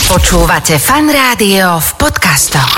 Počúvate Fan Rádio v podcastoch.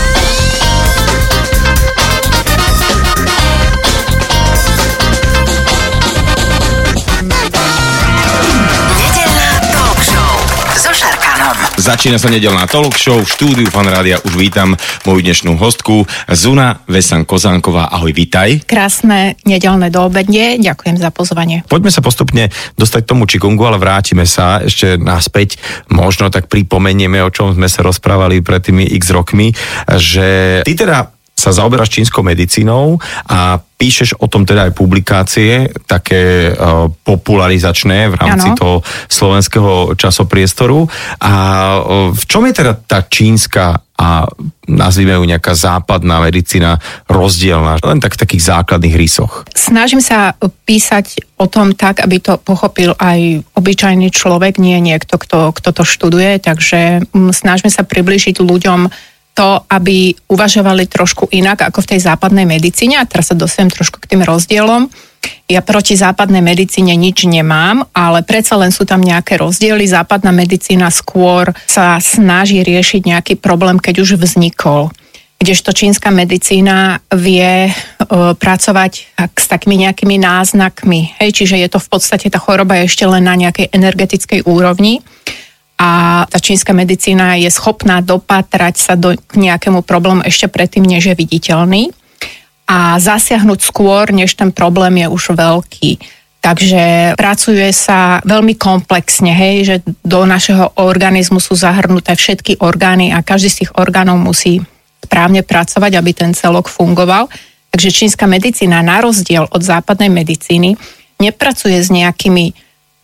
Nedeľná talk show so Šarkanom. Začína sa nedeľná talk show. V štúdiu Fan Rádia už vítam moju dnešnú hostku Zuna Vesan-Kozánková. Ahoj, vítaj. Krásne nedeľné doobednie. Ďakujem za pozvanie. Poďme sa postupne dostať k tomu qigongu, ale vrátime sa ešte naspäť. Možno tak pripomenieme, o čom sme sa rozprávali pred tými x rokmi, že ty teda sa zaoberáš čínskou medicínou a píšeš o tom teda aj publikácie, také popularizačné v rámci toho slovenského časopriestoru. A v čom je teda tá čínska a nazvime ju nejaká západná medicína rozdielna? Len tak v takých základných rysoch. Snažím sa písať o tom tak, aby to pochopil aj obyčajný človek, nie niekto, kto to študuje, takže snažíme sa priblížiť ľuďom to, aby uvažovali trošku inak ako v tej západnej medicíne. A teraz sa dostanem trošku k tým rozdielom. Ja proti západnej medicíne nič nemám, ale predsa len sú tam nejaké rozdiely. Západná medicína skôr sa snaží riešiť nejaký problém, keď už vznikol. Kdežto čínska medicína vie pracovať s takými nejakými náznakmi. Čiže je to v podstate, tá choroba je ešte len na nejakej energetickej úrovni. A tá čínska medicína je schopná dopatrať sa k nejakému problému ešte predtým, než je viditeľný a zasiahnuť skôr, než ten problém je už veľký. Takže pracuje sa veľmi komplexne, že do našeho organizmu sú zahrnuté všetky orgány a každý z tých orgánov musí správne pracovať, aby ten celok fungoval. Takže čínska medicína, na rozdiel od západnej medicíny, nepracuje s nejakými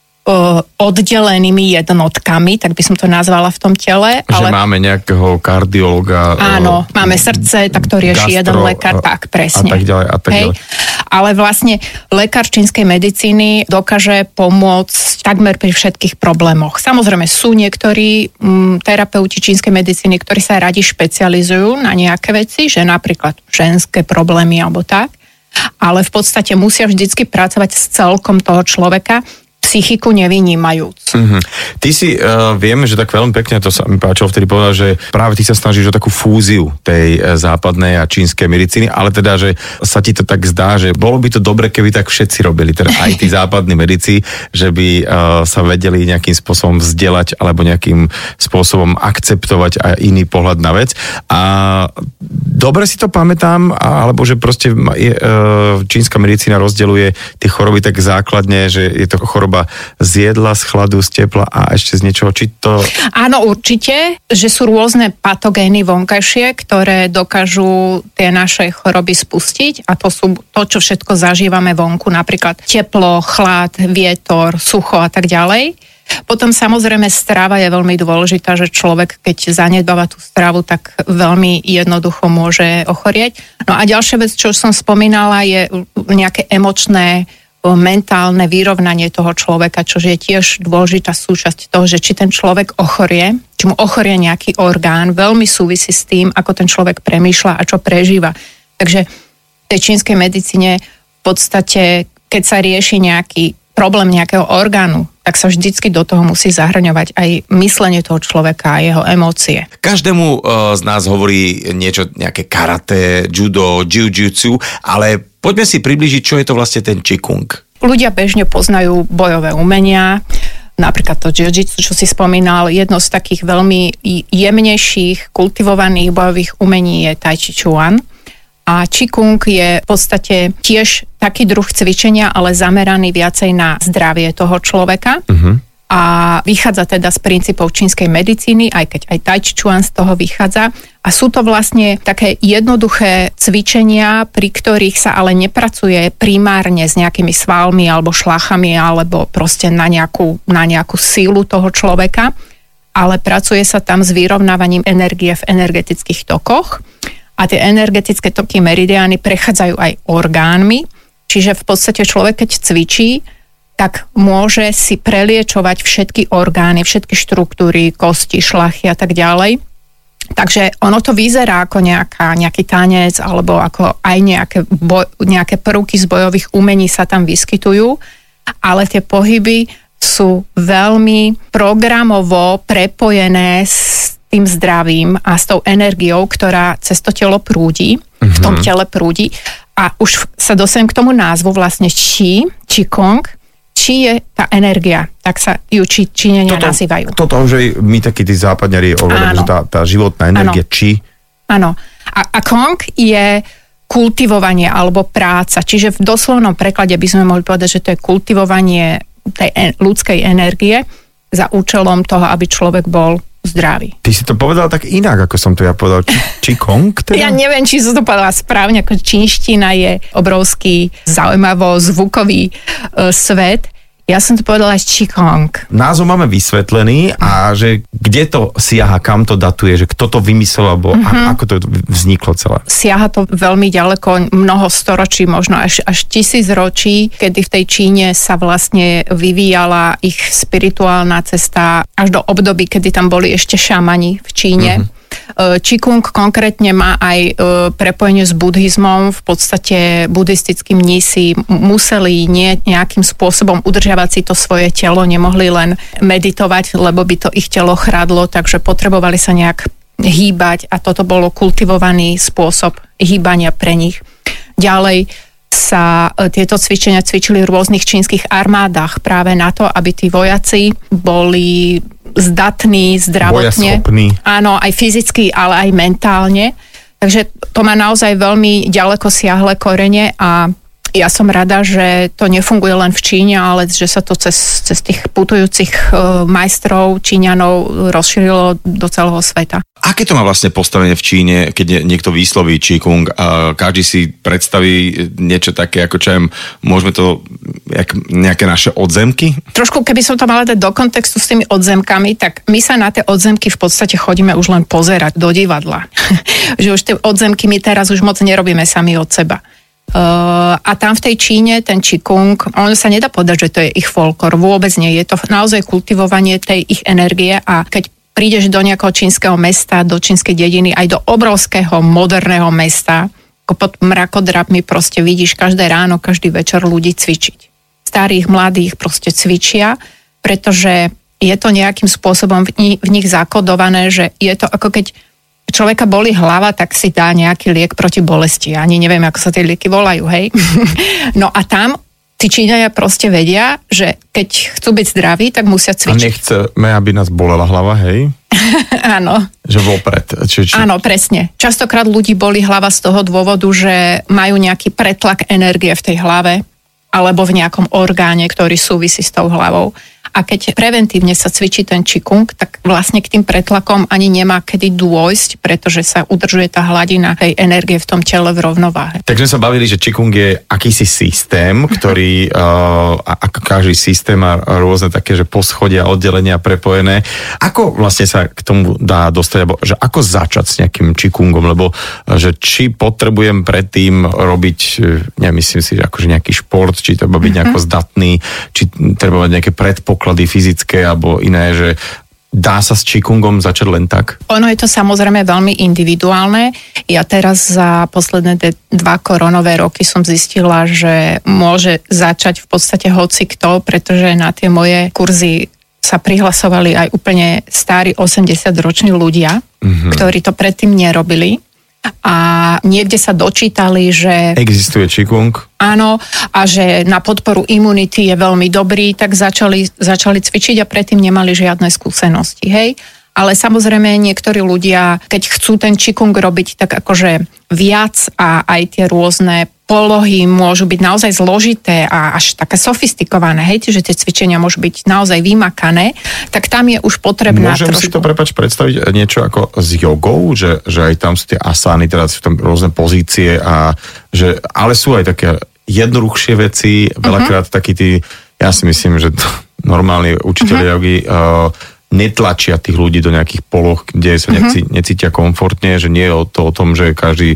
oddelenými jednotkami, tak by som to nazvala v tom tele. Že máme nejakého kardiologa. Áno, máme srdce, tak to rieši jeden lekár, tak presne. A tak ďalej, a tak ďalej. Ale vlastne lekár čínskej medicíny dokáže pomôcť takmer pri všetkých problémoch. Samozrejme sú niektorí terapeuti čínskej medicíny, ktorí sa radi špecializujú na nejaké veci, že napríklad ženské problémy alebo tak, ale v podstate musia vždycky pracovať s celkom toho človeka, psychiku nevynímajúc. Ty si, vieme, že tak veľmi pekne, to sa mi páčilo vtedy povedal, že práve ty sa snažíš o takú fúziu tej západnej a čínskej medicíny, ale teda, že sa ti to tak zdá, že bolo by to dobre, keby tak všetci robili, teda aj tí západní medici, že by sa vedeli nejakým spôsobom vzdelať alebo nejakým spôsobom akceptovať aj iný pohľad na vec. A dobre si to pamätám, alebo že proste čínska medicína rozdeľuje tie choroby tak základne, že je to choroba z jedla, z chladu, z tepla a ešte z niečoho, či to... Áno, určite, že sú rôzne patogény vonkajšie, ktoré dokážu tie naše choroby spustiť a to sú to, čo všetko zažívame vonku, napríklad teplo, chlad, vietor, sucho a tak ďalej. Potom samozrejme strava je veľmi dôležitá, že človek, keď zanedbáva tú stravu, tak veľmi jednoducho môže ochorieť. No a ďalšia vec, čo som spomínala, je nejaké emočné mentálne vyrovnanie toho človeka, čo je tiež dôležitá súčasť toho, že či ten človek ochorie, či mu ochorie nejaký orgán, veľmi súvisí s tým, ako ten človek premýšľa a čo prežíva. Takže v tej čínskej medicíne v podstate, keď sa rieši nejaký problém nejakého orgánu, tak sa vždycky do toho musí zahrňovať aj myslenie toho človeka a jeho emócie. Každému z nás hovorí niečo, nejaké karate, judo, jiu-jitsu, ale poďme si priblížiť, čo je to vlastne ten qigong. Ľudia bežne poznajú bojové umenia, napríklad to jiu-jitsu, čo si spomínal, jedno z takých veľmi jemnejších, kultivovaných bojových umení je tai chi chuan. A qigong je v podstate tiež taký druh cvičenia, ale zameraný viacej na zdravie toho človeka. A vychádza teda z princípov čínskej medicíny, aj keď aj tai chi chuan z toho vychádza. A sú to vlastne také jednoduché cvičenia, pri ktorých sa ale nepracuje primárne s nejakými svalmi alebo šlachami alebo proste na nejakú sílu toho človeka, ale pracuje sa tam s vyrovnávaním energie v energetických tokoch. A tie energetické toky meridiány prechádzajú aj orgánmi, čiže v podstate človek, keď cvičí, tak môže si preliečovať všetky orgány, všetky štruktúry, kosti, šlachy a tak ďalej. Takže ono to vyzerá ako nejaký tanec alebo ako aj nejaké prvky z bojových umení sa tam vyskytujú, ale tie pohyby sú veľmi programovo prepojené s tým zdravím a s tou energiou, ktorá cez to telo prúdi, v tom tele prúdi. A už sa dostanem k tomu názvu vlastne Qigong. Qi je tá energia, tak sa ju Číňania nazývajú. Toto už my takí tí západňari hovoríme, že tá životná energia Qi. Áno. A Kong je kultivovanie alebo práca. Čiže v doslovnom preklade by sme mohli povedať, že to je kultivovanie tej ľudskej energie za účelom toho, aby človek bol zdravý. Ty si to povedal tak inak, ako som to ja povedal. Qigong? Teda? Ja neviem, či som to povedala správne, ako čínština je obrovský, zaujímavo zvukový svet. Ja som to povedala aj Qigong. Názov máme vysvetlený a že kde to siaha, kam to datuje, že kto to vymyslel, alebo ako to vzniklo celé? Siaha to veľmi ďaleko, mnoho storočí, možno až 1000 ročí, kedy v tej Číne sa vlastne vyvíjala ich spirituálna cesta až do období, kedy tam boli ešte šamani v Číne. Qigong konkrétne má aj prepojenie s buddhizmom. V podstate buddhistickí mnísi museli nejakým spôsobom udržiavať si to svoje telo, nemohli len meditovať, lebo by to ich telo chradlo, takže potrebovali sa nejak hýbať a toto bolo kultivovaný spôsob hýbania pre nich. Ďalej sa tieto cvičenia cvičili v rôznych čínskych armádach práve na to, aby tí vojaci boli zdatní, zdravotne. Bojaschopní. Áno, aj fyzicky, ale aj mentálne. Takže to má naozaj veľmi ďaleko siahle korene a ja som rada, že to nefunguje len v Číne, ale že sa to cez tých putujúcich majstrov Číňanov rozšírilo do celého sveta. Aké to má vlastne postavenie v Číne, keď niekto vysloví Qigong a každý si predstaví niečo také, ako čo môžeme to, nejaké naše odzemky? Trošku, keby som to mala dať do kontextu s tými odzemkami, tak my sa na tie odzemky v podstate chodíme už len pozerať do divadla. Že už tie odzemky my teraz už moc nerobíme sami od seba. A tam v tej Číne ten Qigong, on sa nedá povedať, že to je ich folklor, vôbec nie, je to naozaj kultivovanie tej ich energie a keď prídeš do nejakého čínskeho mesta, do čínskej dediny, aj do obrovského moderného mesta, ako pod mrakodrapmi proste vidíš každé ráno, každý večer ľudí cvičiť. Starých, mladých proste cvičia, pretože je to nejakým spôsobom v nich zakodované, že je to ako keď človeka boli hlava, tak si dá nejaký liek proti bolesti. Ani neviem, ako sa tie lieky volajú, hej. No a tam tí Číňania proste vedia, že keď chcú byť zdraví, tak musia cvičiť. A nechceme, aby nás bolela hlava, hej? Áno. Že vopred. Áno, presne. Častokrát ľudí bolí hlava z toho dôvodu, že majú nejaký pretlak energie v tej hlave alebo v nejakom orgáne, ktorý súvisí s tou hlavou. A keď preventívne sa cvičí ten Qigong, tak vlastne k tým pretlakom ani nemá kedy dôjsť, pretože sa udržuje tá hladina tej energie v tom tele v rovnováhe. Takže sme sa bavili, že Qigong je akýsi systém, ktorý, ako každý systém má rôzne také, že poschodia, oddelenia prepojené. Ako vlastne sa k tomu dá dostať, alebo že ako začať s nejakým Qigongom, lebo že či potrebujem predtým robiť, nemyslím si, že akože nejaký šport, či treba byť nejako zdatný, či treba mať nejaké predpoklady fyzické alebo iné, že dá sa s Qigongom začať len tak? Ono je to samozrejme veľmi individuálne. Ja teraz za posledné 2 koronové roky som zistila, že môže začať v podstate hocikto, pretože na tie moje kurzy sa prihlasovali aj úplne starí 80-roční ľudia, ktorí to predtým nerobili. A niekde sa dočítali, že existuje Qigong. Áno, a že na podporu imunity je veľmi dobrý, tak začali cvičiť a predtým nemali žiadne skúsenosti, hej. Ale samozrejme niektorí ľudia, keď chcú ten Qigong robiť tak akože viac a aj tie rôzne polohy môžu byť naozaj zložité a až také sofistikované, hej, že tie cvičenia môžu byť naozaj vymakané, tak tam je už potrebná Môžem si to, predstaviť niečo ako s jogou, že aj tam sú tie asány, teda sú tam rôzne pozície ale sú aj také jednoduchšie veci, veľakrát takí tí, ja si myslím, že normálni učitelia jogy netlačia tých ľudí do nejakých poloh, kde sa necítia komfortne, že nie je to o tom, že každý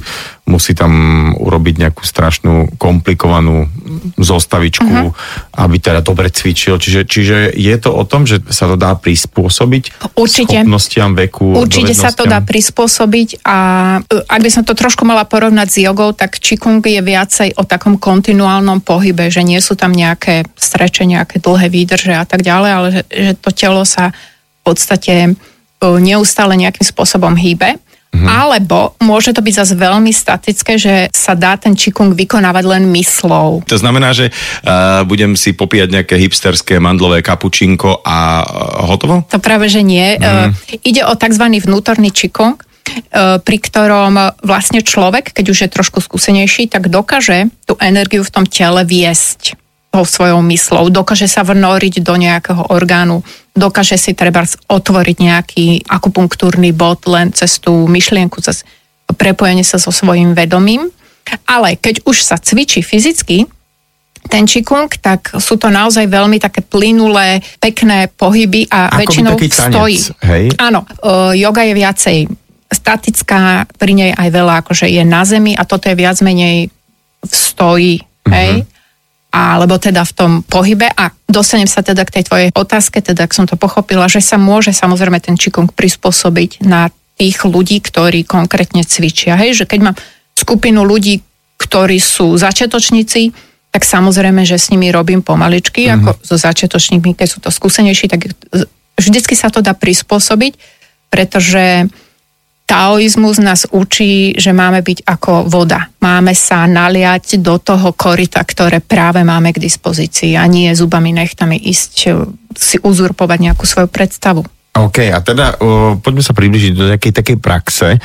musí tam urobiť nejakú strašnú komplikovanú zostavičku, aby teda dobre cvičil. Čiže je to o tom, že sa to dá prispôsobiť schopnostiam, veku, určite sa to dá prispôsobiť a ak by som to trošku mala porovnať s jogou, tak Qigong je viacej o takom kontinuálnom pohybe, že nie sú tam nejaké streče, nejaké dlhé výdrže a tak ďalej, ale že to telo sa v podstate neustále nejakým spôsobom hýbe. Alebo môže to byť zase veľmi statické, že sa dá ten Qigong vykonávať len myslou. To znamená, že budem si popíjať nejaké hipsterské mandlové kapučinko a hotovo? To práve, že nie. Ide o tzv. Vnútorný Qigong, pri ktorom vlastne človek, keď už je trošku skúsenejší, tak dokáže tú energiu v tom tele viesť svojou myslou, dokáže sa vnoriť do nejakého orgánu, dokáže si treba otvoriť nejaký akupunktúrny bod len cez tú myšlienku, cez prepojenie sa so svojím vedomím. Ale keď už sa cvičí fyzicky ten Qigong, tak sú to naozaj veľmi také plynulé, pekné pohyby a ako väčšinou stojí. Hej? Áno, joga je viacej statická, pri nej aj veľa akože je na zemi a toto je viac menej v stoji, hej? Alebo teda v tom pohybe a dostanem sa teda k tej tvojej otázke, teda ak som to pochopila, že sa môže samozrejme ten Qigong prispôsobiť na tých ľudí, ktorí konkrétne cvičia. Hej, že keď mám skupinu ľudí, ktorí sú začiatočníci, tak samozrejme, že s nimi robím pomaličky, ako so začiatočníkmi, keď sú to skúsenejší, tak vždycky sa to dá prispôsobiť, pretože taoizmus nás učí, že máme byť ako voda. Máme sa naliať do toho koryta, ktoré práve máme k dispozícii a nie zubami nechtami ísť si uzurpovať nejakú svoju predstavu. OK, a teda poďme sa približiť do nejakej takej praxe,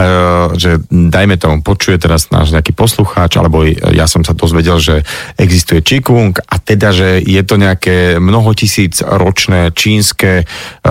že dajme tomu, počuje teraz náš nejaký poslucháč, alebo ja som sa dozvedel, že existuje Qigong a teda, že je to nejaké mnohotisíc ročné čínske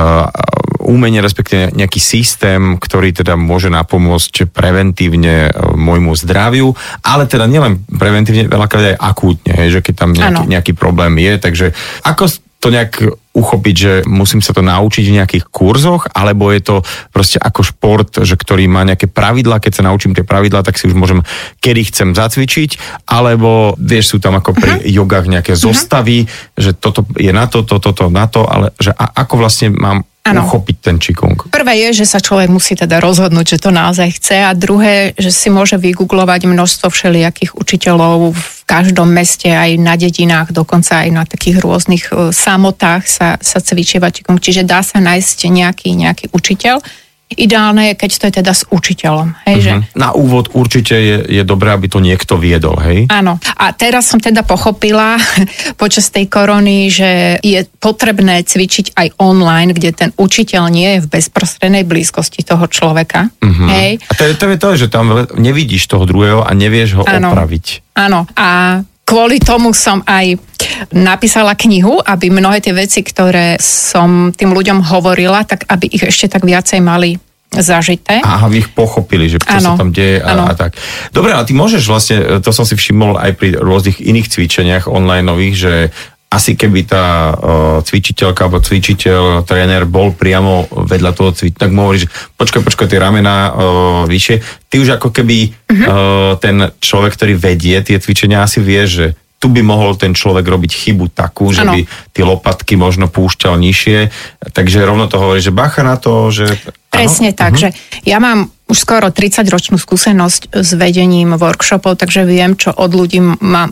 umenie, respektíve nejaký systém, ktorý teda môže napomôcť preventívne môjmu zdraviu, ale teda nielen preventívne, veľakrát aj akútne, že keď tam nejaký problém je, takže ako to nejak uchopiť, že musím sa to naučiť v nejakých kurzoch, alebo je to proste ako šport, že ktorý má nejaké pravidlá, keď sa naučím tie pravidlá, tak si už môžem, kedy chcem zacvičiť, alebo vieš, sú tam ako pri jogách nejaké zostavy, že toto je na to, toto na to, ale že ako vlastne mám uchopiť ten Qigong? Prvé je, že sa človek musí teda rozhodnúť, že to naozaj chce a druhé, že si môže vygooglovať množstvo všelijakých učiteľov v každom meste, aj na dedinách, dokonca aj na takých rôznych samotách sa cvičieva Qigong, čiže dá sa nájsť nejaký učiteľ. Ideálne je, keď to je teda s učiteľom. Hej, že? Na úvod určite je dobré, aby to niekto viedol, hej? Áno. A teraz som teda pochopila počas tej korony, že je potrebné cvičiť aj online, kde ten učiteľ nie je v bezprostrednej blízkosti toho človeka. Hej. A to je to, že tam nevidíš toho druhého a nevieš ho opraviť. Áno. A kvôli tomu som aj napísala knihu, aby mnohé tie veci, ktoré som tým ľuďom hovorila, tak aby ich ešte tak viacej mali zažité. A aby ich pochopili, že čo sa tam deje a tak. Dobre, ale ty môžeš vlastne, to som si všimol aj pri rôznych iných cvičeniach online nových, že asi keby tá cvičiteľka alebo cvičiteľ, tréner bol priamo vedľa toho tak mu hovorí, že počkaj, tie ramená vyššie. Ty už ako keby ten človek, ktorý vedie tie cvičenia, asi vie, že tu by mohol ten človek robiť chybu takú, že by tie lopatky možno púšťal nižšie, takže rovno to hovorí, že bacha na to, že... Presne tak, že ja mám už skoro 30-ročnú skúsenosť s vedením workshopov, takže viem, čo od ľudí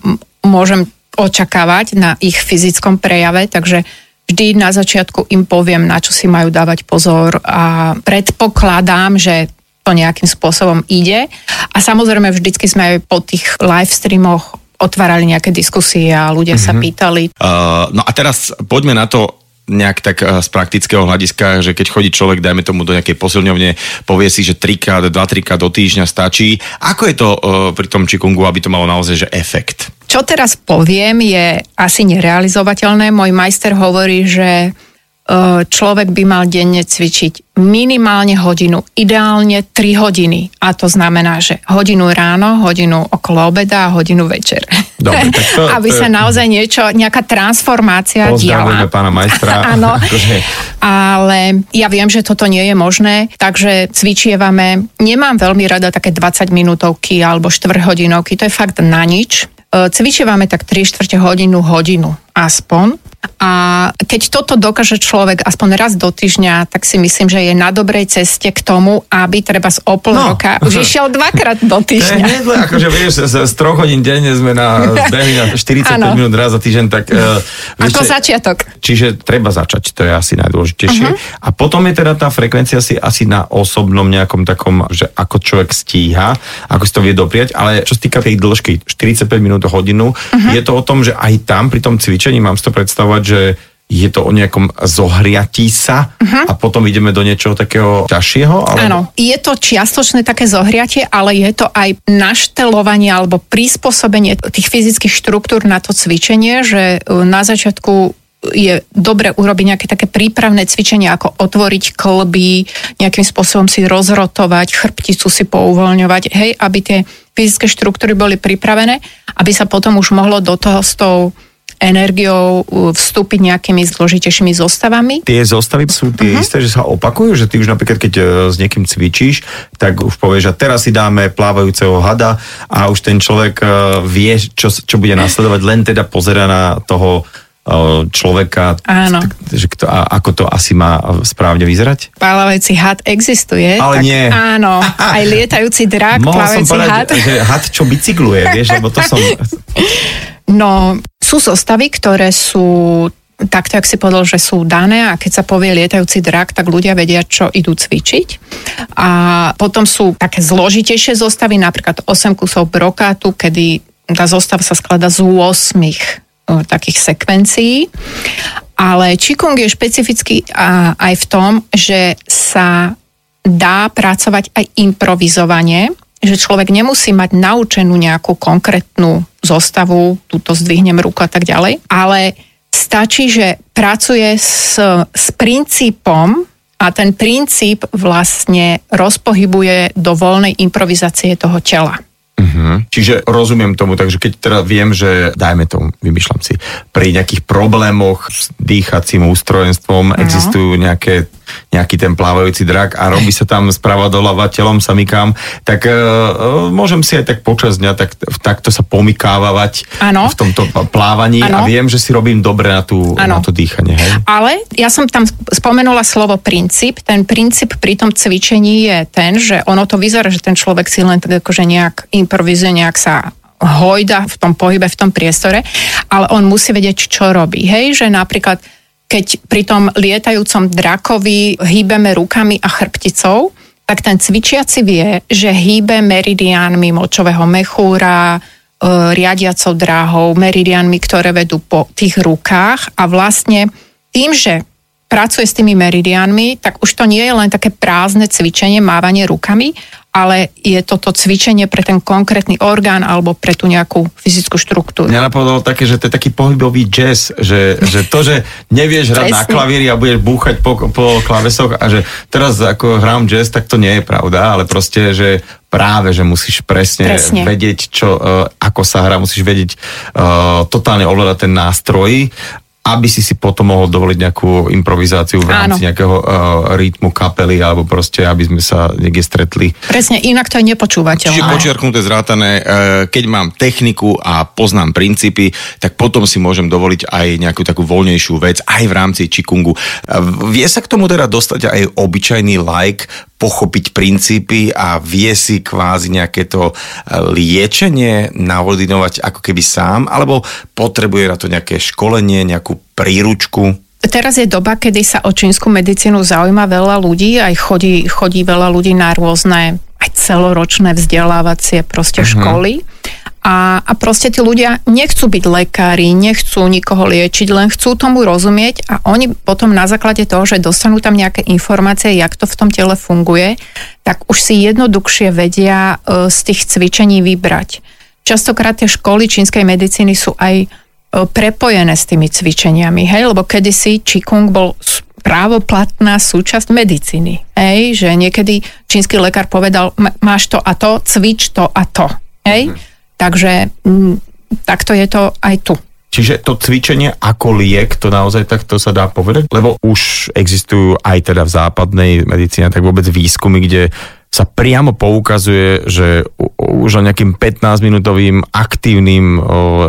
môžem očakávať na ich fyzickom prejave, takže vždy na začiatku im poviem, na čo si majú dávať pozor a predpokladám, že to nejakým spôsobom ide. A samozrejme vždycky sme aj po tých live streamoch otvárali nejaké diskusie a ľudia sa pýtali. No a teraz poďme na to nejak tak z praktického hľadiska, že keď chodí človek, dajme tomu do nejakej posilňovne, povie si, že 2-3 krát do týždňa stačí. Ako je to pri tom Qigongu, aby to malo naozaj že efekt? Čo teraz poviem, je asi nerealizovateľné. Môj majster hovorí, že človek by mal denne cvičiť minimálne hodinu, ideálne 3 hodiny. A to znamená, že hodinu ráno, hodinu okolo obeda a hodinu večer. Dobre, tak to, aby sa naozaj nejaká transformácia diala. Pozdravujeme pána majstra. Áno, ale ja viem, že toto nie je možné, takže cvičievame. Nemám veľmi rada také 20 minútovky alebo 4 hodinovky, to je fakt na nič. Cvičievame tak 3/4 hodinu aspoň. A keď toto dokáže človek aspoň raz do týždňa, tak si myslím, že je na dobrej ceste k tomu, aby treba z pol roka už išiel 2-krát do týždňa. To je nedle, akože vieš, z 3 hodín denne sme na zbehli na 45 minút raz za týždeň, tak... Ako začiatok. Čiže treba začať, to je asi najdôležitejšie. A potom je teda tá frekvencia asi na osobnom nejakom takom, že ako človek stíha, ako si to vie dopriať, ale čo sa týka tej dĺžky, 45 minút, hodinu, je to o tom, že aj tam pri tom cvičení mám si to predstavovať, že je to o nejakom zohriatí sa a potom ideme do niečoho takého ťažšieho? Alebo... Áno, je to čiastočné také zohriatie, ale je to aj naštelovanie alebo prispôsobenie tých fyzických štruktúr na to cvičenie, že na začiatku je dobre urobiť nejaké také prípravné cvičenie, ako otvoriť klby, nejakým spôsobom si rozrotovať, chrbticu si pouvoľňovať, hej, aby tie fyzické štruktúry boli pripravené, aby sa potom už mohlo do toho s tou energiou vstúpiť nejakými zložitejšími zostavami. Tie zostavy sú tie isté, že sa opakujú, že ty už napríklad, keď s niekým cvičíš, tak už povieš, že teraz si dáme plávajúceho hada a už ten človek vie, čo bude nasledovať, len teda pozerá na toho človeka, ako to asi má správne vyzerať? Plávajúci had existuje. Ale tak nie. Áno, aj lietajúci drak, plávajúci had. Že had, čo bicykluje, vieš, lebo to som... No, sú zostavy, ktoré sú takto, jak si povedal, že sú dané a keď sa povie lietajúci drak, tak ľudia vedia, čo idú cvičiť. A potom sú také zložitejšie zostavy, napríklad 8 kusov brokátu, kedy tá zostava sa skladá z 8 takých sekvencií. Ale Qigong je špecifický aj v tom, že sa dá pracovať aj improvizovanie, že človek nemusí mať naučenú nejakú konkrétnu zostavu, túto zdvihnem ruku a tak ďalej, ale stačí, že pracuje s princípom a ten princíp vlastne rozpohybuje do voľnej improvizácie toho tela. Čiže rozumiem tomu, takže keď teda viem, že dajme tomu, vymýšľam si, pri nejakých problémoch s dýchacím ústrojenstvom existujú nejaký ten plávajúci drak a robí sa tam sprava doľava, telom sa mykám, tak môžem si aj tak počas dňa takto sa pomykávavať v tomto plávaní a viem, že si robím dobre na to dýchanie. Hej? Ale ja som tam spomenula slovo princíp. Ten princíp pri tom cvičení je ten, že ono to vyzerá, že ten človek si len tak akože nejak improvizuje, nejak sa hojda v tom pohybe, v tom priestore, ale on musí vedieť, čo robí. Hej, že napríklad keď pri tom lietajúcom drakovi hýbeme rukami a chrbticou, tak ten cvičiaci vie, že hýbe meridiánmi močového mechúra, riadiacou dráhou, meridiánmi, ktoré vedú po tých rukách a vlastne tým, že pracuje s tými meridiánmi, tak už to nie je len také prázdne cvičenie, mávanie rukami, ale je toto cvičenie pre ten konkrétny orgán alebo pre tú nejakú fyzickú štruktúru. Mňa napadlo také, že to je taký pohybový jazz, že to, že nevieš hrať na klavíri a budeš búchať po klavesoch a že teraz ako hrám jazz, tak to nie je pravda, ale proste, že práve, že musíš presne. Vedieť, ako sa hrá, musíš vedieť totálne ovládať ten nástroj, aby si potom mohol dovoliť nejakú improvizáciu v rámci nejakého rytmu kapely, alebo proste, aby sme sa niekde stretli. Presne, inak to je nepočúvateľné. Čiže počiarknuté, zrátané, keď mám techniku a poznám princípy, tak potom si môžem dovoliť aj nejakú takú voľnejšiu vec, aj v rámci Qigongu. Vie sa k tomu teda dostať aj obyčajný laik, pochopiť princípy a vie si kvázi nejaké to liečenie naordinovať ako keby sám, alebo potrebuje na to nejaké školenie, nejakú príručku? Teraz je doba, kedy sa o čínsku medicínu zaujíma veľa ľudí, aj chodí veľa ľudí na rôzne aj celoročné vzdelávacie proste školy. A proste tí ľudia nechcú byť lekári, nechcú nikoho liečiť, len chcú tomu rozumieť a oni potom na základe toho, že dostanú tam nejaké informácie, jak to v tom tele funguje, tak už si jednoduchšie vedia z tých cvičení vybrať. Častokrát tie školy čínskej medicíny sú aj prepojené s tými cvičeniami, hej, lebo kedysi Qigong bol právoplatná súčasť medicíny. Hej, že niekedy čínsky lekár povedal, máš to a to, cvič to a to. Hej, takže takto je to aj tu. Čiže to cvičenie ako liek, to naozaj takto sa dá povedať? Lebo už existujú aj teda v západnej medicíne, tak vôbec výskumy, kde sa priamo poukazuje, že už nejakým 15-minútovým aktívnym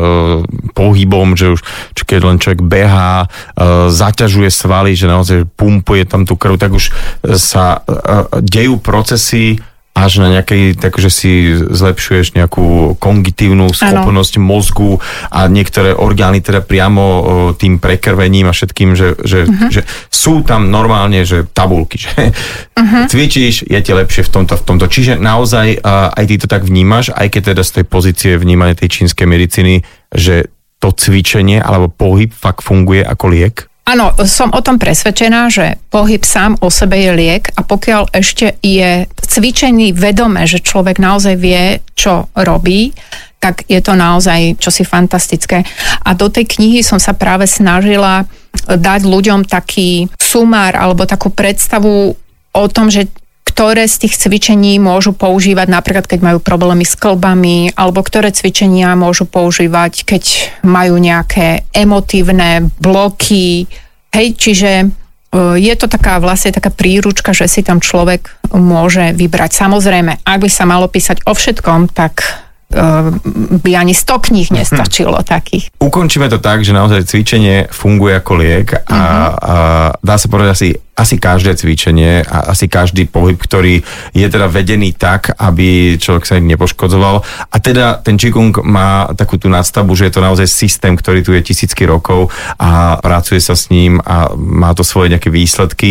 pohybom, že už keď len človek behá, zaťažuje svaly, že naozaj pumpuje tam tú krv, tak už sa dejú procesy až na nejakej, takže si zlepšuješ nejakú kognitívnu schopnosť mozgu a niektoré orgány teda priamo tým prekrvením a všetkým, že sú tam normálne, že tabulky, že cvičíš, je ti lepšie v tomto. Čiže naozaj aj ty to tak vnímaš, aj keď teda z tej pozície vnímania tej čínskej medicíny, že to cvičenie alebo pohyb fakt funguje ako liek? Áno, som o tom presvedčená, že pohyb sám o sebe je liek a pokiaľ ešte je cvičený vedome, že človek naozaj vie, čo robí, tak je to naozaj čosi fantastické. A do tej knihy som sa práve snažila dať ľuďom taký sumár alebo takú predstavu o tom, že ktoré z tých cvičení môžu používať napríklad, keď majú problémy s kĺbami, alebo ktoré cvičenia môžu používať, keď majú nejaké emotívne bloky. Hej, čiže je to vlastne taká príručka, že si tam človek môže vybrať. Samozrejme, ak by sa malo písať o všetkom, tak by ani 100 kníh nestačilo takých. Ukončíme to tak, že naozaj cvičenie funguje ako liek a dá sa povedať asi každé cvičenie a asi každý pohyb, ktorý je teda vedený tak, aby človek sa im nepoškodzoval. A teda ten Qigong má takú tú nadstavbu, že je to naozaj systém, ktorý tu je tisícky rokov a pracuje sa s ním a má to svoje nejaké výsledky.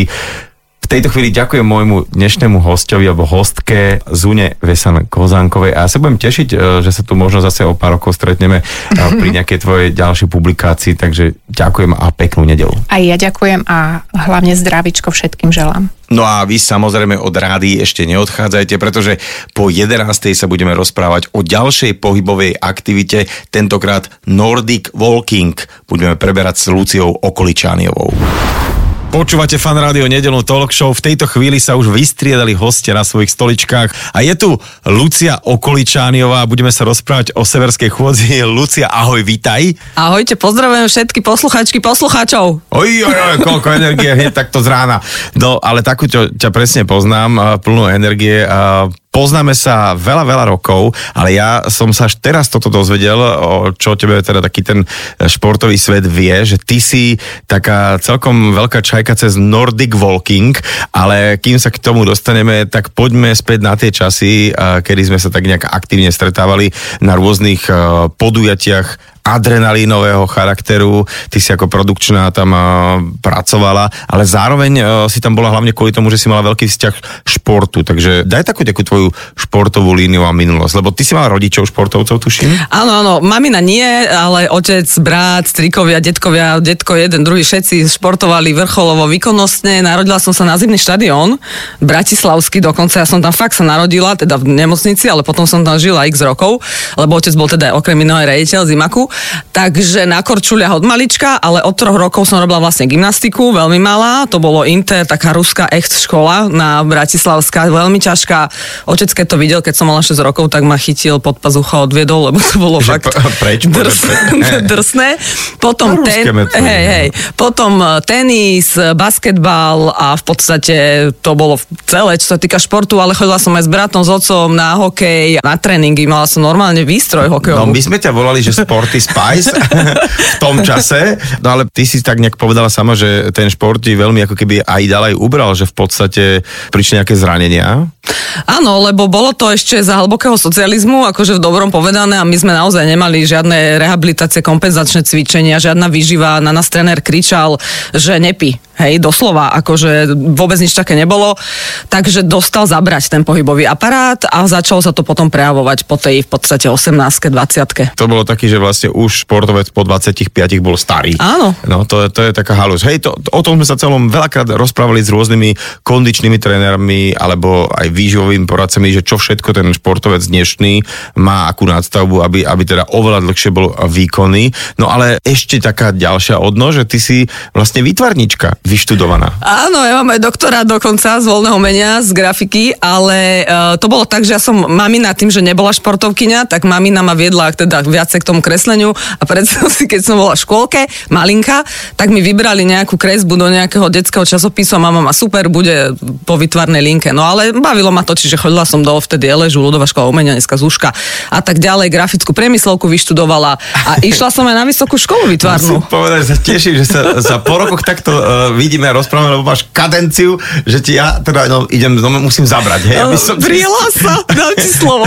V tejto chvíli ďakujem môjmu dnešnému hostovi alebo hostke Zune Vesan-Kozánkovej a ja sa budem tešiť, že sa tu možno zase o pár rokov stretneme pri nejakej tvojej ďalšej publikácii, takže ďakujem a peknú nedeľu. Aj ja ďakujem a hlavne zdravíčko všetkým želám. No a vy samozrejme od rádií ešte neodchádzajte, pretože po 11. sa budeme rozprávať o ďalšej pohybovej aktivite, tentokrát Nordic Walking. Budeme preberať s Luciou Okoličániovou. Počúvate Fan Rádio nedeľnú talk show. V tejto chvíli sa už vystriedali hostia na svojich stoličkách a je tu Lucia Okoličániová. Budeme sa rozprávať o severskej chôdzi. Lucia, ahoj, vítaj. Ahojte, pozdravujem všetky posluchačky, poslucháčov. Oj, koľko energie hneď takto z rána. No, ale takú ťa presne poznám, plnú energie. Poznáme sa veľa rokov, ale ja som sa až teraz toto dozvedel, čo tebe teda taký ten športový svet vie, že ty si taká celkom veľká čajka cez Nordic Walking, ale kým sa k tomu dostaneme, tak poďme späť na tie časy, kedy sme sa tak nejak aktívne stretávali na rôznych podujatiach adrenalínového charakteru, ty si ako produkčná tam pracovala, ale zároveň si tam bola hlavne kvôli tomu, že si mala veľký vzťah športu, takže daj takú tvoju športovú líniu a minulosť, lebo ty si mala rodičov športovcov, tuším? Áno, mamina nie, ale otec, brat, strikovia, detko jeden, druhý, všetci športovali vrcholovo, výkonnostne. Narodila som sa na Zimný štadión, bratislavský dokonca, ja som tam fakt sa narodila, teda v nemocnici, ale potom som tam žila x rokov, lebo otec bol teda okrem iného aj riaditeľ Zimaku. Takže na korčuliach od malička, ale od 3 rokov som robila vlastne gymnastiku, veľmi malá, to bolo Inter, taká ruská škola na Bratislavská, veľmi ťažká. Otec, keď to videl, keď som mala 6 rokov, tak ma chytil pod pazucha, odviedol, lebo to bolo fakt drsné. Potom potom tenis, basketbal a v podstate to bolo celé, čo sa týka športu, ale chodila som aj s bratom, s otcom na hokej, na tréningy, mala som normálne výstroj hokejovú. No my sme ťa volali, že Sporty Spice v tom čase, no ale ty si tak nejak povedala sama, že ten šport ti veľmi ako keby aj ďalej ubral, že v podstate prišli nejaké zranenia. Áno, lebo bolo to ešte za hlbokého socializmu, akože v dobrom povedané, a my sme naozaj nemali žiadne rehabilitácie, kompenzačné cvičenia, žiadna výživa, na nás tréner kričal, že nepí. Hej, doslova, akože vôbec nič také nebolo, takže dostal zabrať ten pohybový aparát a začalo sa to potom prejavovať po tej v podstate 18-ke, 20-ke. To bolo taký, že vlastne už športovec po 25 bol starý. Áno. No, to je taká halus. Hej, o tom sme sa celom veľakrát rozprávali s rôznymi kondičnými trénermi alebo aj výživovými poradcami, že čo všetko ten športovec dnešný má, akú nadstavbu, aby teda oveľa dlhšie bol výkonný. No ale ešte taká ďalšia odnož, že ty si vlastne výtvarnička vyštudovaná. Áno, ja mám aj doktorát dokonca z voľného umenia, z grafiky, ale to bolo tak, že ja som mamina tým, že nebola športovkyňa, tak mamina ma viedla teda viacej k tomu kresleniu a predstav si, keď som bola v škôlke, malinka, tak mi vybrali nejakú kresbu do nejakého detského časopisu a mama ma super, bude po výtvarnej linke. No ale bavilo ma to, čiže chodila som do vtedy Eležu, ľudová škola umenia, dneska Zúška a tak ďalej, grafickú priemyslovku vyštudovala a išla som aj na vysokú školu výtvarnú. Musím povedať, že sa teším, že sa za po rokoch takto vidíme a rozprávame, lebo máš kadenciu, že ti ja teda musím zabrať. Hej, aby som... Prijela sa, dám ti slovo.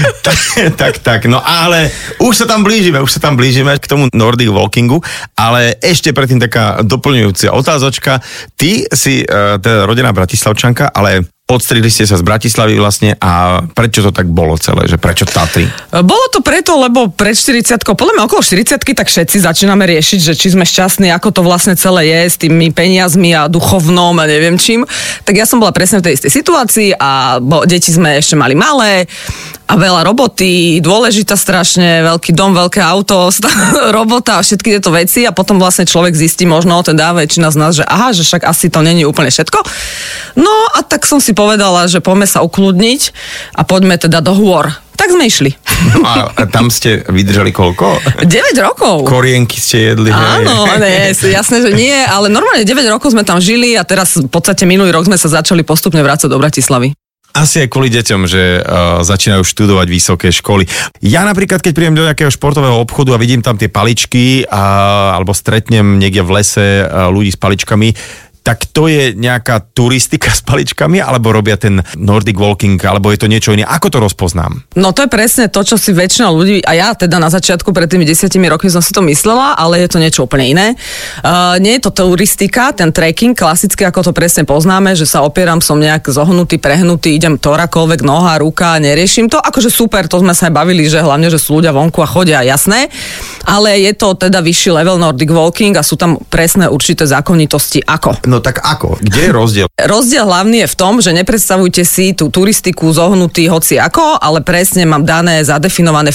tak, no ale už sa tam blížime k tomu Nordic Walkingu, ale ešte predtým taká doplňujúca otázočka. Ty si teda rodená Bratislavčanka, ale odstrihli ste sa z Bratislavy vlastne a prečo to tak bolo celé, že prečo Tatry? Bolo to preto, lebo pred 40-kou, podľa mňa okolo 40-ky, tak všetci začíname riešiť, že či sme šťastní, ako to vlastne celé je s tými peniazmi a duchovnom a neviem čím. Tak ja som bola presne v tej istej situácii a deti sme ešte mali malé a veľa roboty, dôležitá strašne, veľký dom, veľké auto, robota a všetky tieto veci a potom vlastne človek zistí možno, teda väčšina z nás, že aha, že však asi to není úplne všetko. No a tak som si povedala, že poďme sa ukludniť a poďme teda do hôr. Tak sme išli. No a tam ste vydržali koľko? 9 rokov. Korienky ste jedli. Áno, nie, jasné, že nie, ale normálne 9 rokov sme tam žili a teraz v podstate minulý rok sme sa začali postupne vrácať do Bratislavy. Asi aj kvôli deťom, že začínajú študovať vysoké školy. Ja napríklad, keď prídem do nejakého športového obchodu a vidím tam tie paličky alebo stretnem niekde v lese ľudí s paličkami, tak to je nejaká turistika s paličkami, alebo robia ten Nordic Walking, alebo je to niečo iné? Ako to rozpoznám? No to je presne to, čo si väčšina ľudí, a ja teda na začiatku pred tými 10 rokmi som si to myslela, ale je to niečo úplne iné. Nie je to turistika, ten trekking, klasicky, ako to presne poznáme, že sa opieram, som nejak zohnutý, prehnutý, idem ktorákoľvek, noha, ruka, neriešim to. Akože super, to sme sa aj bavili, že hlavne, že sú ľudia vonku a chodia, jasné. Ale je to teda vyšší level Nordic Walking a sú tam presné určité zákonitosti ako. No tak ako? Kde je rozdiel? Rozdiel hlavný je v tom, že nepredstavujte si tú turistiku zohnutý hoci ako, ale presne mám dané, zadefinované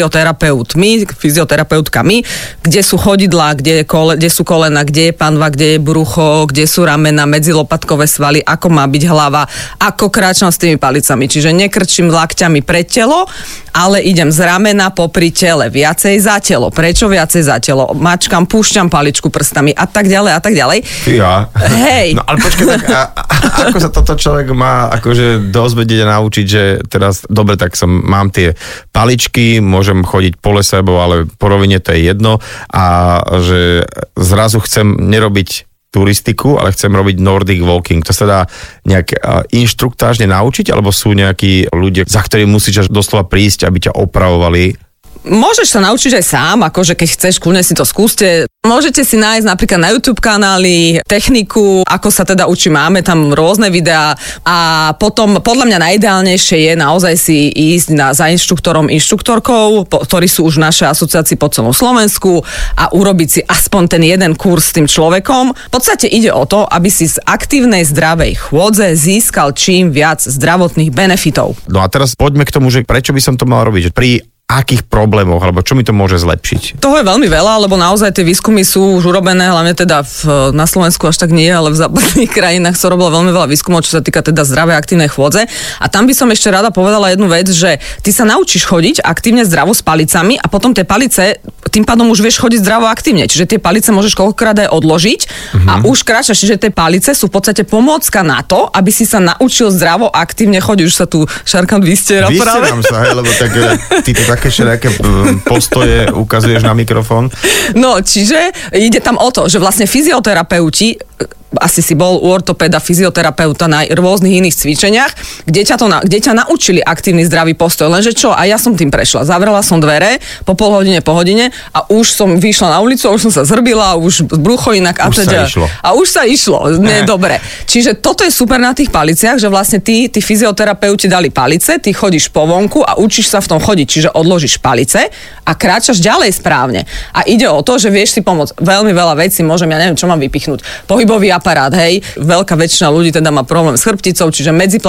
fyzioterapeutkami, kde sú chodidlá, kde sú kolena, kde je panva, kde je brucho, kde sú ramena, medzilopatkové svaly, ako má byť hlava, ako kráčam s tými palicami. Čiže nekrčím lakťami pred telo, ale idem z ramena popri tele, viacej za telo. Prečo viacej za telo? Mačkam, púšťam paličku prstami a tak ďalej a tak ďalej. Ja. Hej. No ale počkaj, tak ako sa toto človek má akože dozvedieť a naučiť, že teraz, dobre, tak mám tie paličky, môžem chodiť po lese, ale po rovine to je jedno a že zrazu chcem nerobiť turistiku, ale chcem robiť Nordic Walking. To sa dá nejak inštruktážne naučiť, alebo sú nejakí ľudia, za ktorými musíš až doslova prísť, aby ťa opravovali? Môžeš sa naučiť aj sám, akože keď chceš, kľudne si to skúste. Môžete si nájsť napríklad na YouTube kanály techniku, ako sa teda učí, máme tam rôzne videá a potom podľa mňa najideálnejšie je naozaj si ísť za inštruktorom, inštruktorkou, ktorí sú už v našej asociácii po celom Slovensku a urobiť si aspoň ten jeden kurz s tým človekom. V podstate ide o to, aby si z aktívnej zdravej chôdze získal čím viac zdravotných benefitov. No a teraz poďme k tomu, že prečo by som to mal robiť, že pri akých problémoch, alebo čo mi to môže zlepšiť? Toho je veľmi veľa, lebo naozaj tie výskumy sú už urobené, hlavne teda na Slovensku až tak nie, ale v západných krajinách sa robilo veľmi veľa výskumov, čo sa týka teda zdravej aktívnej chôdze. A tam by som ešte rada povedala jednu vec, že ty sa naučíš chodiť aktívne zdravo s palicami a potom tie palice, tým pádom už vieš chodiť zdravo aktívne. Čiže tie palice môžeš koľkokrát aj odložiť a už kráčaš, čiže tie palice sú v podstate pomôcka na to, aby si sa naučil zdravo aktívne chodiť. Už sa tu Šarkan vystiera práve. Vystieram sa, lebo tak ty to také všelijaké postoje ukazuješ na mikrofón. No, čiže ide tam o to, že vlastne fyzioterapeuti, asi si bol u ortopéda, fyzioterapeuta na rôznych iných cvičeniach, kde ťa naučili aktívny zdravý postoj. Lenže čo? A ja som tým prešla. Zavrela som dvere po pol hodine, po hodine a už som vyšla na ulicu, už som sa zrbila, už brucho inak a teda. A už sa išlo. Nie, dobre. Čiže toto je super na tých paliciach, že vlastne tí fyzioterapeuti dali palice, ty chodíš po vonku a učíš sa v tom chodiť. Čiže odložíš palice a kráčaš ďalej správne. A ide o to, že vieš si pomôcť. Veľmi veľa vecí môžem, ja neviem, čo mám vypichnúť. Pohybový aparát, hej. Veľká väčšina ľudí teda má problém s chrbticou, čiže medziplatničkové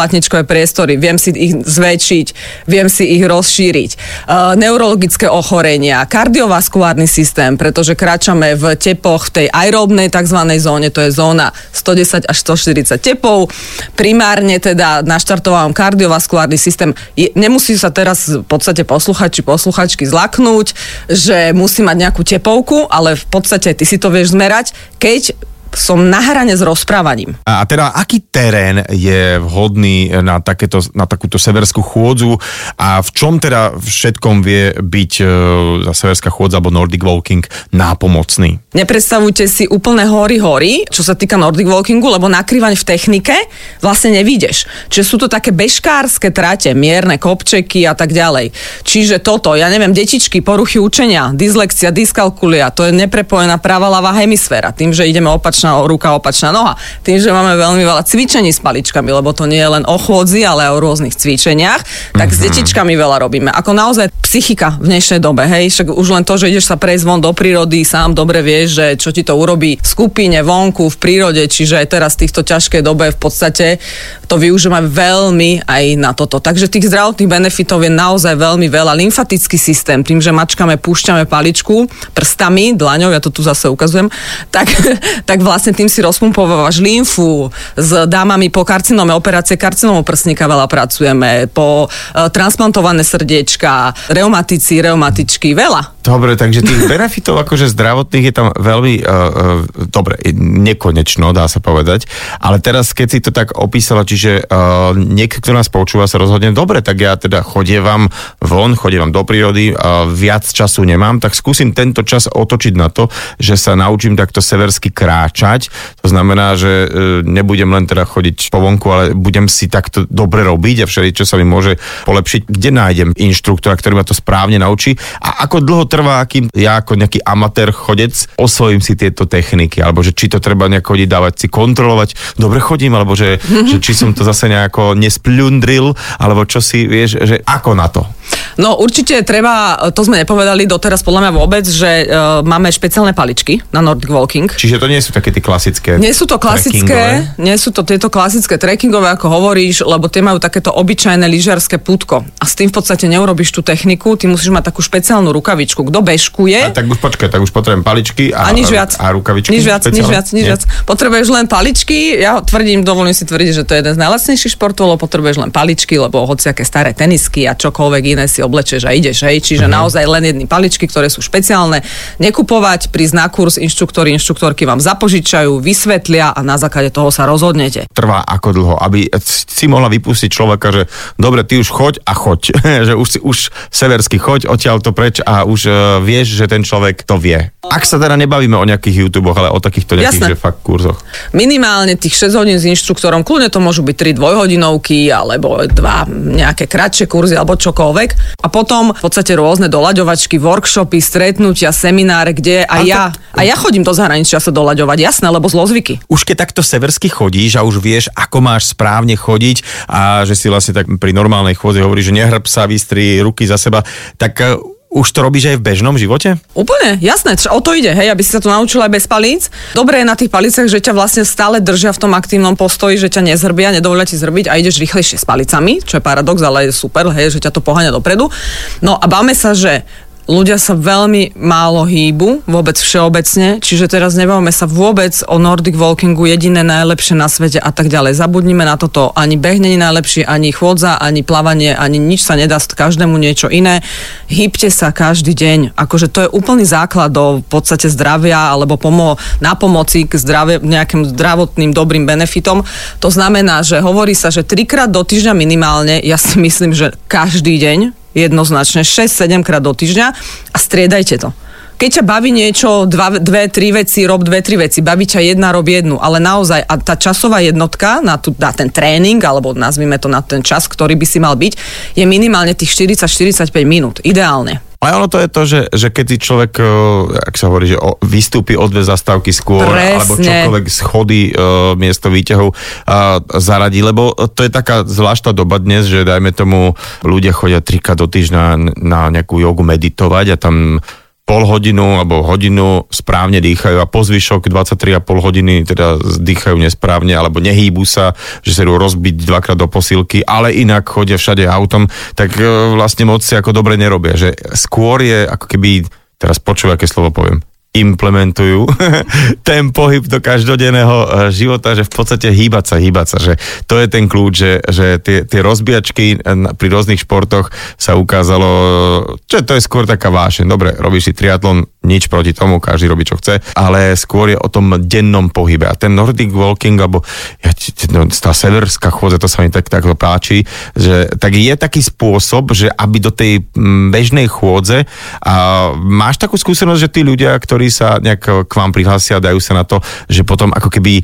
priestory, viem si ich zväčšiť, viem si ich rozšíriť. Neurologické ochorenia, kardiovaskulárny systém, pretože kráčame v tepoch v tej aeróbnej tzv. Zóne, to je zóna 110 až 140 tepov. Primárne teda naštartovávam kardiovaskulárny systém. Nemusí sa teraz v podstate posluchači, posluchačky zlaknúť, že musí mať nejakú tepovku, ale v podstate ty si to vieš zmerať, keď som na hrane s rozprávaním. A teda aký terén je vhodný na takúto severskú chôdzu a v čom teda všetkom vie byť za severská chôdza alebo Nordic Walking nápomocný? Nepredstavujte si úplne hory, čo sa týka Nordic Walkingu, lebo nakrývaň v technike vlastne nevidíš. Čiže sú to také bežkárske trate, mierne kopčeky a tak ďalej. Čiže toto, ja neviem, detičky, poruchy učenia, dyslexia, dyskalkulia, to je neprepojená práva ľavá hemisféra. Tým, že ideme opačná ruka, opačná noha. Tým, že máme veľmi veľa cvičení s paličkami, lebo to nie je len o chôdzi, ale aj o rôznych cvičeniach, tak s detičkami veľa robíme. Ako naozaj psychika v dnešnej dobe, hej, však už len to, že ideš sa prejsť von do prírody, sám dobre vieš, že čo ti to urobí v skupine, vonku, v prírode, čiže aj teraz v týchto ťažkej dobe v podstate to využívame veľmi aj na toto. Takže tých zdravotných benefitov je naozaj veľmi veľa. Lymfatický systém, tým, že mačkame, púšťame paličku prstami, dlaňou, ja to tu zase ukazujem, tak vlastne tým si rozpumpovávaš lymfu. S dámami po karcinóme, operácie karcinómu prsníka veľa pracujeme, po transplantované srdiečka, reumatici, reumatičky, veľa. Dobre, takže tých benefitov akože zdravotných je tam veľmi dobre, nekonečno, dá sa povedať. Ale teraz, keď si to tak opísala, čiže niekto, kto nás počúva, sa rozhodne, dobre, tak ja teda chodievam von, chodievam do prírody, viac času nemám, tak skúsim tento čas otočiť na to, že sa naučím takto seversky kráčať. To znamená, že nebudem len teda chodiť po vonku, ale budem si takto dobre robiť a všeličo sa mi môže polepšiť. Kde nájdem inštruktora, ktorý ma to správne naučí a ako dlho trvá, akým ja ako nejaký amatér chodec osvojím si tieto techniky, alebo že či to treba nejako chodiť, dávať si kontrolovať, dobre chodím, alebo že či som to zase nejako nespľundril, alebo čo si, vieš, že ako na to? No určite treba, to sme nepovedali doteraz podľa mňa vôbec, že máme špeciálne paličky na Nordic Walking. Čiže to nie sú také tie klasické Nie sú to klasické, nie sú to tieto klasické trekkingové, ako hovoríš, lebo tie majú takéto obyčajné lyžiarske pútko. A s tým v podstate neurobíš tú techniku, ty musíš mať takú špeciálnu rukavičku. Kto bežkuje? A tak už počkaj, tak už potrebujem paličky a rukavičky. Nič viac. Potrebuješ len paličky. Ja dovolím si tvrdiť, že to je jeden z najlacnejších športov, lebo potrebuješ len paličky, lebo hociaké staré tenisky a čokoľvek iné si oblečeš a ideš, hej. Čiže naozaj len jedny paličky, ktoré sú špeciálne. Nekupovať, prísť na kurz, inštruktorky vám zapožičajú, vysvetlia a na základe toho sa rozhodnete. Trvá ako dlho, aby si mohla vypustiť človeka, že dobre, ty už choď a choď. Že už seversky choď, odtiaľ to preč a už vieš, že ten človek to vie. Ak sa teda nebavíme o nejakých YouTuboch, ale o takýchto nejakých, že fakt kurzoch. Minimálne tých 6 hodín s inštruktorom, kľudne to môžu byť 3 dvojhodinovky alebo 2 nejaké kratšie kurzy alebo čokoľvek. A potom v podstate rôzne doľaďovačky, workshopy, stretnutia, semináre, kde ja chodím do zahraničia sa doľaďovať, jasné, lebo zlozvyky. Už keď takto seversky chodíš a už vieš, ako máš správne chodiť a že si vlastne tak pri normálnej chôdzi hovoríš, že nehrb sa, vystri ruky za seba, tak už to robíš aj v bežnom živote? Úplne, jasné, o to ide, hej, aby si sa to naučila aj bez palíc. Dobre je na tých palicách, že ťa vlastne stále držia v tom aktívnom postoji, že ťa nezrbia, nedovolia ti zrbiť a ideš rýchlejšie s palicami, čo je paradox, ale je super, hej, že ťa to poháňa dopredu. No a báme sa, že ľudia sa veľmi málo hýbu, vôbec všeobecne, čiže teraz nebavíme sa vôbec o Nordic Walkingu, jediné najlepšie na svete a tak ďalej. Zabudnime na toto, ani beh nie je najlepší, ani chôdza, ani plávanie, ani nič sa nedá každému niečo iné. Hýbte sa každý deň, akože to je úplný základ do v podstate zdravia alebo na pomoci k nejakým zdravotným dobrým benefitom. To znamená, že hovorí sa, že 3-krát do týždňa minimálne, ja si myslím, že každý deň, jednoznačne 6-7 krát do týždňa a striedajte to. Keď ťa baví niečo, 2-3 veci, rob 2-3 veci, baví ťa jedna, rob jednu, ale naozaj a tá časová jednotka na ten tréning, alebo nazvime to na ten čas, ktorý by si mal byť, je minimálne tých 40-45 minút, ideálne. Ale ono to je to, že keď si človek, ak sa hovorí, že vystúpi o 2 zastávky skôr, alebo čokoľvek schody miesto výťahov zaradí, lebo to je taká zvláštna doba dnes, že dajme tomu ľudia chodia 3-krát do týždňa na nejakú jogu meditovať a tam pol hodinu alebo hodinu správne dýchajú a po zvyšok 23,5 hodiny teda dýchajú nesprávne alebo nehýbu sa, že sa idú rozbiť dvakrát do posilky, ale inak chodia všade autom, tak vlastne moc si ako dobre nerobia. Že skôr je ako keby, teraz počuj, aké slovo poviem, implementujú ten pohyb do každodenného života, že v podstate hýbať sa, že to je ten kľúč, že tie rozbíjačky pri rôznych športoch sa ukázalo, že to je skôr taká vášeň. Dobre, robíš si triatlon, nič proti tomu, každý robí, čo chce, ale skôr je o tom dennom pohybe. A ten Nordic walking, alebo tá severská chôdza, to sa mi tak páči, že tak je taký spôsob, že aby do tej bežnej chôdze a máš takú skúsenosť, že tí ľudia, ktorí sa nejak k vám prihlásia a dajú sa na to, že potom ako keby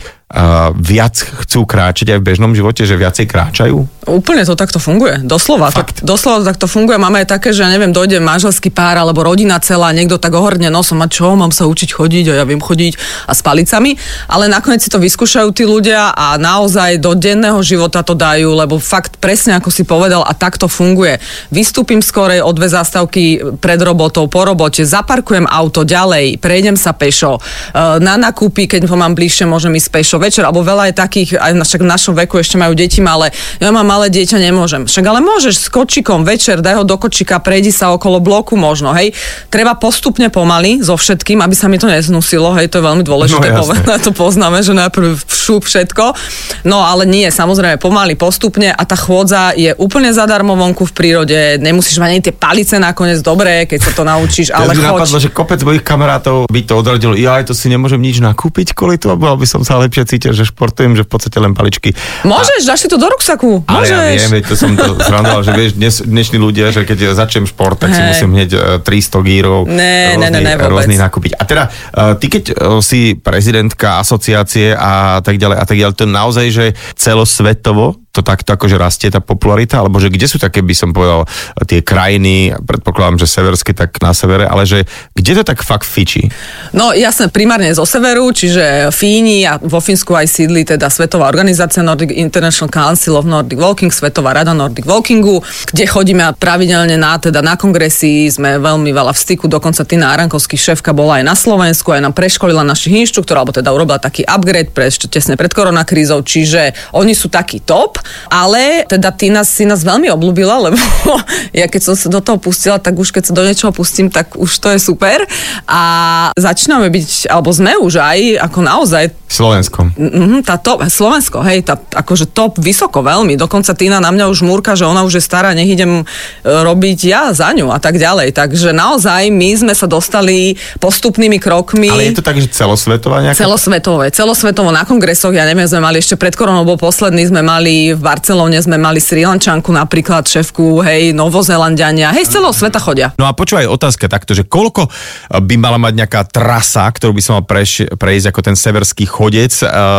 viac chcú kráčať aj v bežnom živote, že viacej kráčajú? Úplne to takto funguje, doslova. Doslova to takto funguje. Máme aj také, že ja neviem, dojde manželský pár alebo rodina celá, niekto tak ohorne nosom a čo, mám sa učiť chodiť a ja viem chodiť a s palicami, ale nakoniec si to vyskúšajú tí ľudia a naozaj do denného života to dajú, lebo fakt presne ako si povedal a takto funguje. Vystúpim skorej o 2 zástavky pred robotou, po robote, zaparkujem auto ďalej, prejdem sa pešo, na nakúpy, keď ho mám bližšie, môžem ísť pešo večer, alebo veľa je takých, aj však v našom veku ešte majú deti malé, ja mám malé dieťa, nemôžem. Však ale môžeš s kočikom večer, daj ho do kočika, prejdi sa okolo bloku možno, hej. Treba postupne pomaly so všetkým, aby sa mi to neznusilo, hej, to je veľmi dôležité povedať, to poznáme, že najprv šup všetko. No ale nie, samozrejme pomaly, postupne a tá chôdza je úplne zadarmo vonku v prírode, nemusíš mať ani tie palice nakoniec, dobré, keď sa to naučíš, ale choď. Napadlo, že kopec mojich kamarátov by to odradilo, ja aj to si nemôžem nič nakúpiť kvôli tomu, aby som sa lepšie cítil, že športujem, že v podstate len paličky. Môžeš, dáš si to do ruksaku. Ale môžeš. Ja viem, to som to zrandoval, že vieš, dnešní ľudia, že keď začnem šport, tak si musím hneď 300 gírov rôznych nakúpiť. A teda, ty keď si prezidentka asociácie a tak ďalej, to naozaj, že celosvetovo to takto akože rastie tá popularita, alebo že kde sú také, by som povedal, tie krajiny, predpokladám, že severské, tak na severe, ale že kde to tak fakt fičí? No jasne, primárne zo severu, čiže Fíni a vo Fínsku aj sídli teda Svetová organizácia Nordic International Council of Nordic Walking, Svetová rada Nordic Walkingu, kde chodíme pravidelne na kongresy, sme veľmi veľa v styku, dokonca Tina Arankovský, šéfka, bola aj na Slovensku, aj nám preškolila našich inštruktorov, alebo teda urobila taký upgrade tesne pred koronakrízou, čiže oni sú taký top. Ale teda Tina si nás veľmi obľúbila, lebo ja keď som sa do toho pustila, tak už keď sa do niečoho pustím, tak už to je super. A začíname byť, alebo sme už aj ako naozaj Slovensko. Tá top, Slovensko, hej, tá akože top vysoko veľmi. Dokonca Tina na mňa už múrka, že ona už je stará, nech idem robiť ja za ňu a tak ďalej. Takže naozaj my sme sa dostali postupnými krokmi. Ale je to tak, že celosvetová nejaká? Celosvetovo na kongresoch, ja neviem, sme mali ešte pred koronou, bol posledný, sme mali v Barcelone, sme mali Sri Lančanku napríklad, šéfku, hej, Novozélanďania, hej, z celého sveta chodia. No a počúvaj, otázka takto, že koľko by mala mať nejaká trasa, ktorú by som mal prejsť ako ten severský chodec,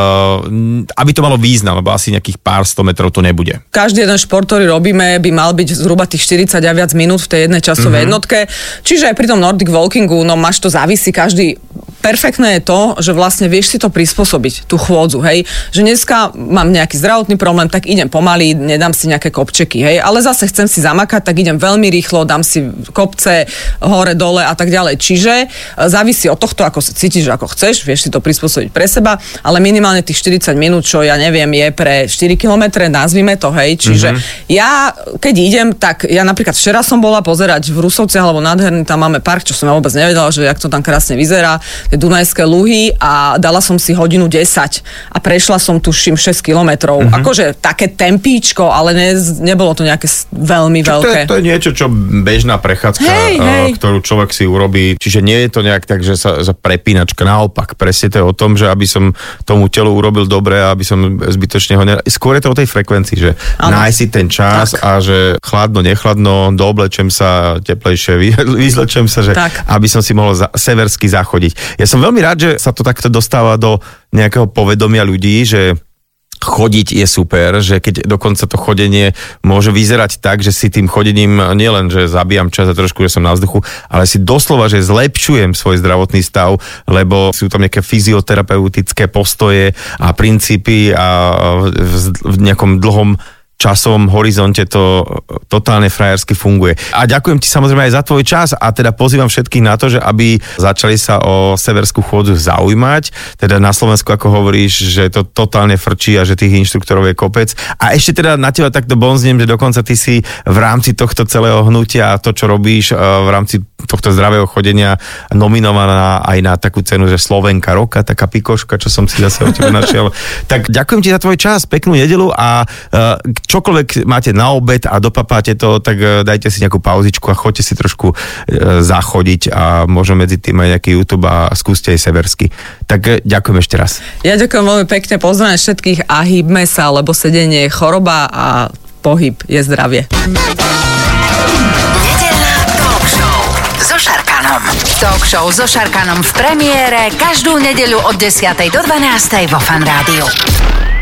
aby to malo význam, lebo asi nejakých pár 100 metrov to nebude. Každý jeden šport, ktorý robíme, by mal byť zhruba tých 40 a viac minút v tej jednej časovej jednotke. Čiže aj pri tom Nordic Walkingu, no máš to závisí každý. Perfektné je to, že vlastne vieš si to prispôsobiť, tú chôdzu, hej. Že dneska mám nejaký zdravotný problém, tak idem pomaly, nedám si nejaké kopčeky, hej. Ale zase chcem si zamakať, tak idem veľmi rýchlo, dám si kopce hore, dole a tak ďalej. Čiže závisí od tohto, ako sa cítiš, ako chceš, vieš si to prispôsobiť pre seba, ale minimálne tých 40 minút, čo ja neviem, je pre 4 kilometre, nazvime to, hej. Čiže ja, keď idem, tak ja napríklad včera som bola pozerať v Rusovciach, alebo nádherný, tam máme park, čo som ja vôbec nevedela, že jak to tam krásne vyzerá. Dunajské Luhy a dala som si hodinu 10 a prešla som tuším 6 kilometrov. Akože také tempíčko, ale nebolo to nejaké veľmi veľké. To je niečo, čo bežná prechádzka, ktorú človek si urobí. Čiže nie je to nejak tak, že sa prepínačka. Naopak, presne to je o tom, že aby som tomu telu urobil dobre a aby som zbytočne ho skôr je to o tej frekvencii, že nájsť si ten čas a že chladno, nechladno, dooblečem sa teplejšie, vyzlečem sa, že aby som si mohol seversky zachodiť. Ja som veľmi rád, že sa to takto dostáva do nejakého povedomia ľudí, že chodiť je super, že keď dokonca to chodenie môže vyzerať tak, že si tým chodením nielen, že zabíjam čas a trošku, že som na vzduchu, ale si doslova, že zlepšujem svoj zdravotný stav, lebo sú tam nejaké fyzioterapeutické postoje a princípy a v nejakom dlhom časovom horizonte to totálne frajersky funguje. A ďakujem ti samozrejme aj za tvoj čas a teda pozývam všetkých na to, že aby začali sa o severskú chôdzu zaujímať. Teda na Slovensku, ako hovoríš, že to totálne frčí a že tých inštruktorov je kopec. A ešte teda na teba takto bonzniem, že dokonca ty si v rámci tohto celého hnutia a to, čo robíš v rámci tohto zdravého chodenia nominovaná aj na takú cenu, že Slovenka roka, taká pikoška, čo som si zase od teba našiel. Tak ďakujem ti za tvoj čas, peknú nedeľu a čokoľvek máte na obed a dopapáte to, tak dajte si nejakú pauzičku a choďte si trošku zachodiť a možno medzi tým aj nejaký YouTube a skúste aj seversky. Tak ďakujem ešte raz. Ja ďakujem veľmi pekne, pozdravím všetkých a hýbme sa, lebo sedenie je choroba a pohyb je zdravie. Nedeľná talk show so Šarkanom. Talk show so Šarkanom v premiére každú nedeľu od 10. do 12. vo Fan Rádiu.